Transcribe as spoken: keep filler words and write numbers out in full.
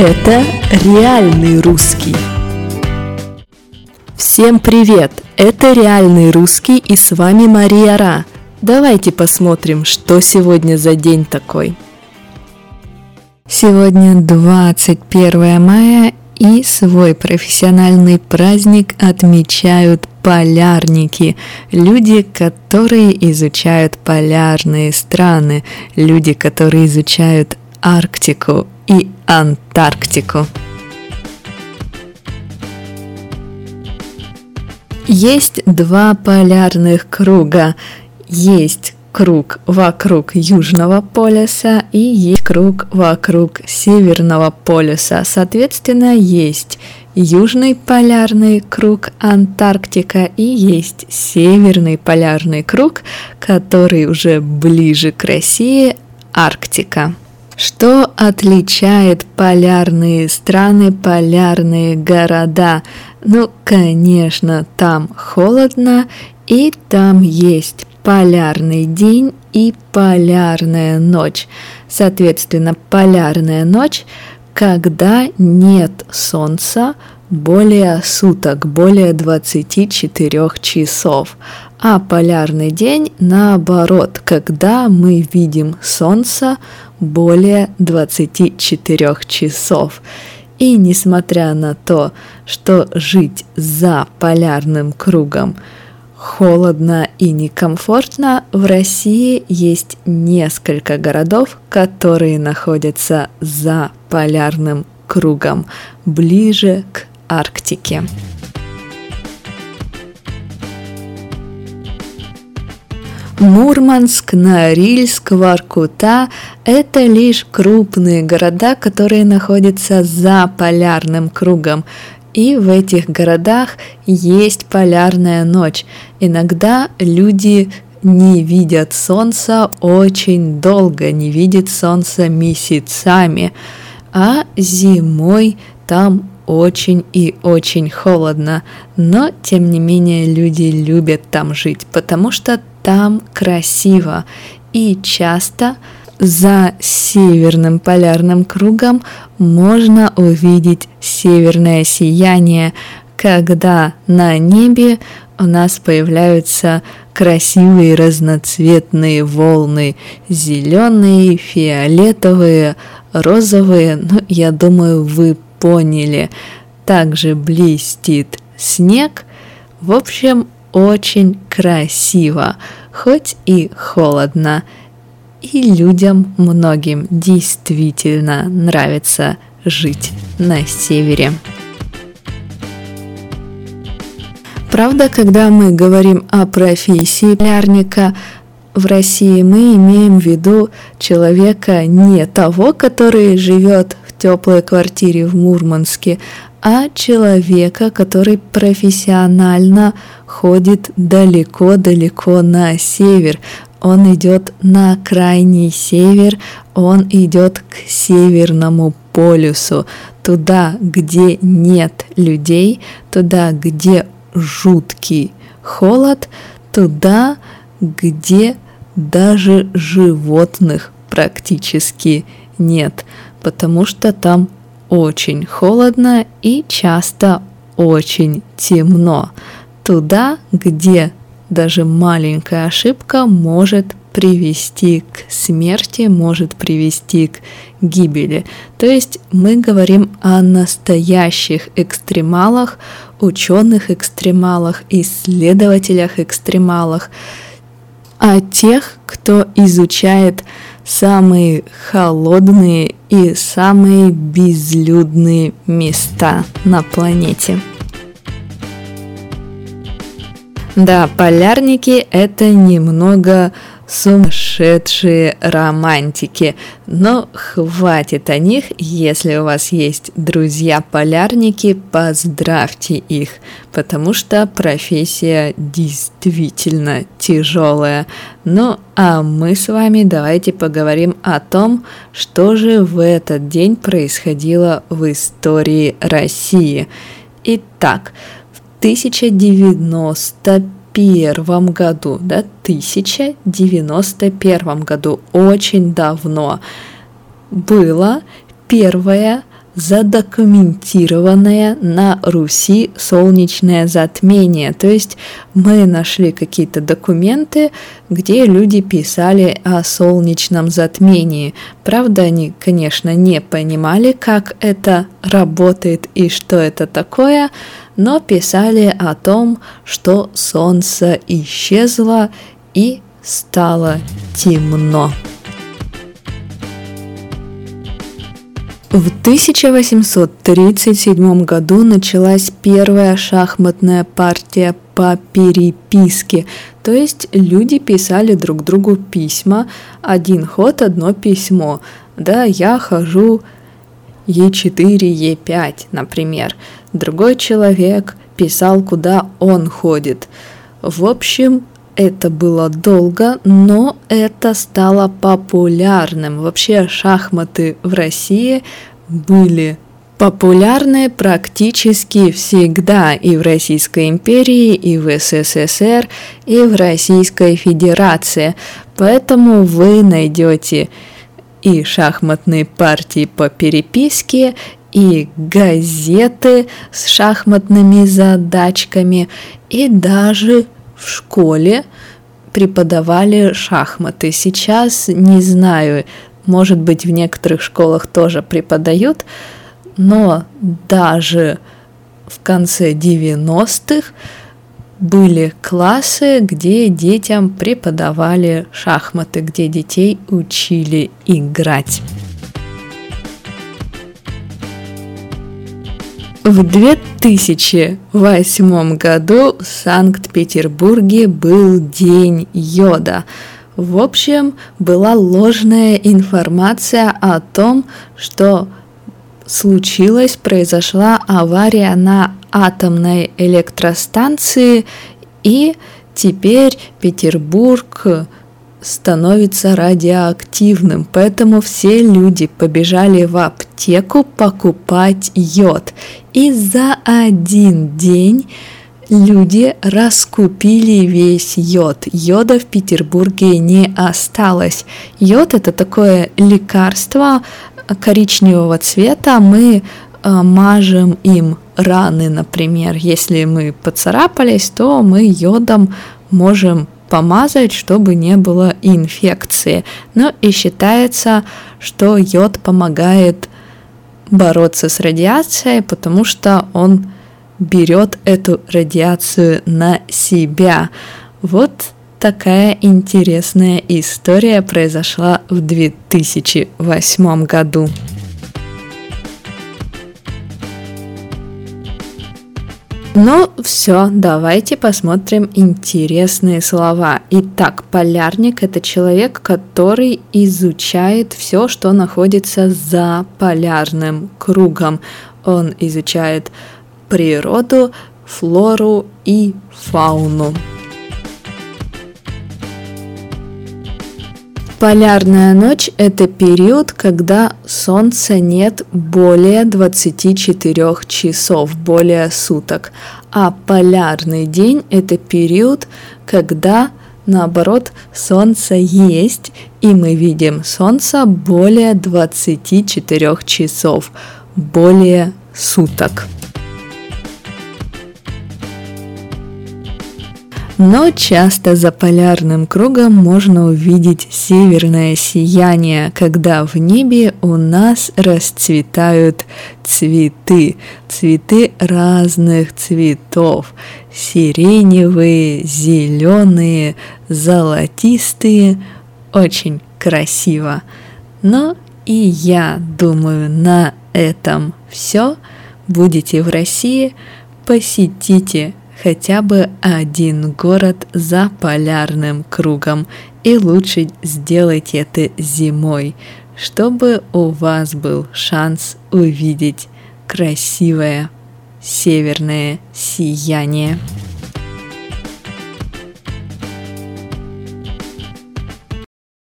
Это реальный русский. Всем привет! Это реальный русский, и с вами Мария Ра. Давайте посмотрим, что сегодня за день такой. Сегодня двадцать первое мая, и свой профессиональный праздник отмечают полярники, люди, которые изучают полярные страны, люди, которые изучают Арктику и Антарктику. Есть два полярных круга. Есть круг вокруг Южного полюса и есть круг вокруг Северного полюса. Соответственно, есть Южный полярный круг Антарктика и есть Северный полярный круг, который уже ближе к России, Арктика. Что отличает полярные страны, полярные города? Ну, конечно, там холодно, и там есть полярный день и полярная ночь. Соответственно, полярная ночь, когда нет солнца более суток, более двадцати четырёх часов. А полярный день наоборот, когда мы видим солнце более двадцати четырёх часов. И несмотря на то, что жить за полярным кругом холодно и некомфортно, в России есть несколько городов, которые находятся за полярным кругом, ближе к Арктике. Мурманск, Норильск, Воркута – это лишь крупные города, которые находятся за полярным кругом. И в этих городах есть полярная ночь. Иногда люди не видят солнца очень долго, не видят солнца месяцами, а зимой там очень и очень холодно. Но, тем не менее, люди любят там жить, потому что там красиво, и часто за северным полярным кругом можно увидеть северное сияние, когда на небе у нас появляются красивые разноцветные волны, зеленые, фиолетовые, розовые, ну, я думаю, вы поняли. Также блестит снег. В общем, очень красиво, хоть и холодно, и людям многим действительно нравится жить на севере. Правда, когда мы говорим о профессии полярника в России, мы имеем в виду человека не того, который живет в теплой квартире в Мурманске, а человека, который профессионально ходит далеко-далеко на север. Он идет на крайний север, он идет к Северному полюсу, туда, где нет людей, туда, где жуткий холод, туда, где даже животных практически нет, потому что там очень холодно и часто очень темно. Туда, где даже маленькая ошибка может привести к смерти, может привести к гибели. То есть мы говорим о настоящих экстремалах, ученых-экстремалах, исследователях-экстремалах, о тех, кто изучает самые холодные и самые безлюдные места на планете. Да, полярники – это немного сумасшедшие романтики, но хватит о них. Если у вас есть друзья-полярники, поздравьте их, потому что профессия действительно тяжелая. Ну, а мы с вами давайте поговорим о том, что же в этот день происходило в истории России. Итак, в тысяча девяносто первом году, да, тысяча девяносто первом году, очень давно, было первое задокументированное на Руси солнечное затмение. То есть мы нашли какие-то документы, где люди писали о солнечном затмении. Правда, они, конечно, не понимали, как это работает и что это такое, но писали о том, что солнце исчезло и стало темно. В тысяча восемьсот тридцать седьмом году началась первая шахматная партия по переписке, то есть люди писали друг другу письма, один ход, одно письмо. Да, я хожу е четыре, е пять, например. Другой человек писал, куда он ходит. В общем, это было долго, но это стало популярным. Вообще шахматы в России были популярны практически всегда и в Российской империи, и в СССР, и в Российской Федерации. Поэтому вы найдете и шахматные партии по переписке, и газеты с шахматными задачками, и даже в школе преподавали шахматы. Сейчас не знаю, может быть, в некоторых школах тоже преподают, но даже в конце девяностых были классы, где детям преподавали шахматы, где детей учили играть. В две тысячи восьмом году в Санкт-Петербурге был День йода. В общем, была ложная информация о том, что случилась, произошла авария на атомной электростанции, и теперь Петербург становится радиоактивным, поэтому все люди побежали в аптеку покупать йод. И за один день люди раскупили весь йод. Йода в Петербурге не осталось. Йод – это такое лекарство коричневого цвета. Мы мажем им раны, например. Если мы поцарапались, то мы йодом можем помазать, чтобы не было инфекции. Но и считается, что йод помогает бороться с радиацией, потому что он берет эту радиацию на себя. Вот такая интересная история произошла в две тысячи восьмом году. Ну все, давайте посмотрим интересные слова. Итак, полярник – это человек, который изучает все, что находится за полярным кругом. Он изучает природу, флору и фауну. Полярная ночь – это период, когда солнца нет более двадцати четырёх часов, более суток. А полярный день – это период, когда, наоборот, солнце есть, и мы видим солнце более двадцати четырёх часов, более суток. Но часто за полярным кругом можно увидеть северное сияние, когда в небе у нас расцветают цветы, цветы разных цветов, сиреневые, зеленые, золотистые, очень красиво. Но и я думаю, на этом все. Будете в России, посетите хотя бы один город за полярным кругом, и лучше сделайте это зимой, чтобы у вас был шанс увидеть красивое северное сияние.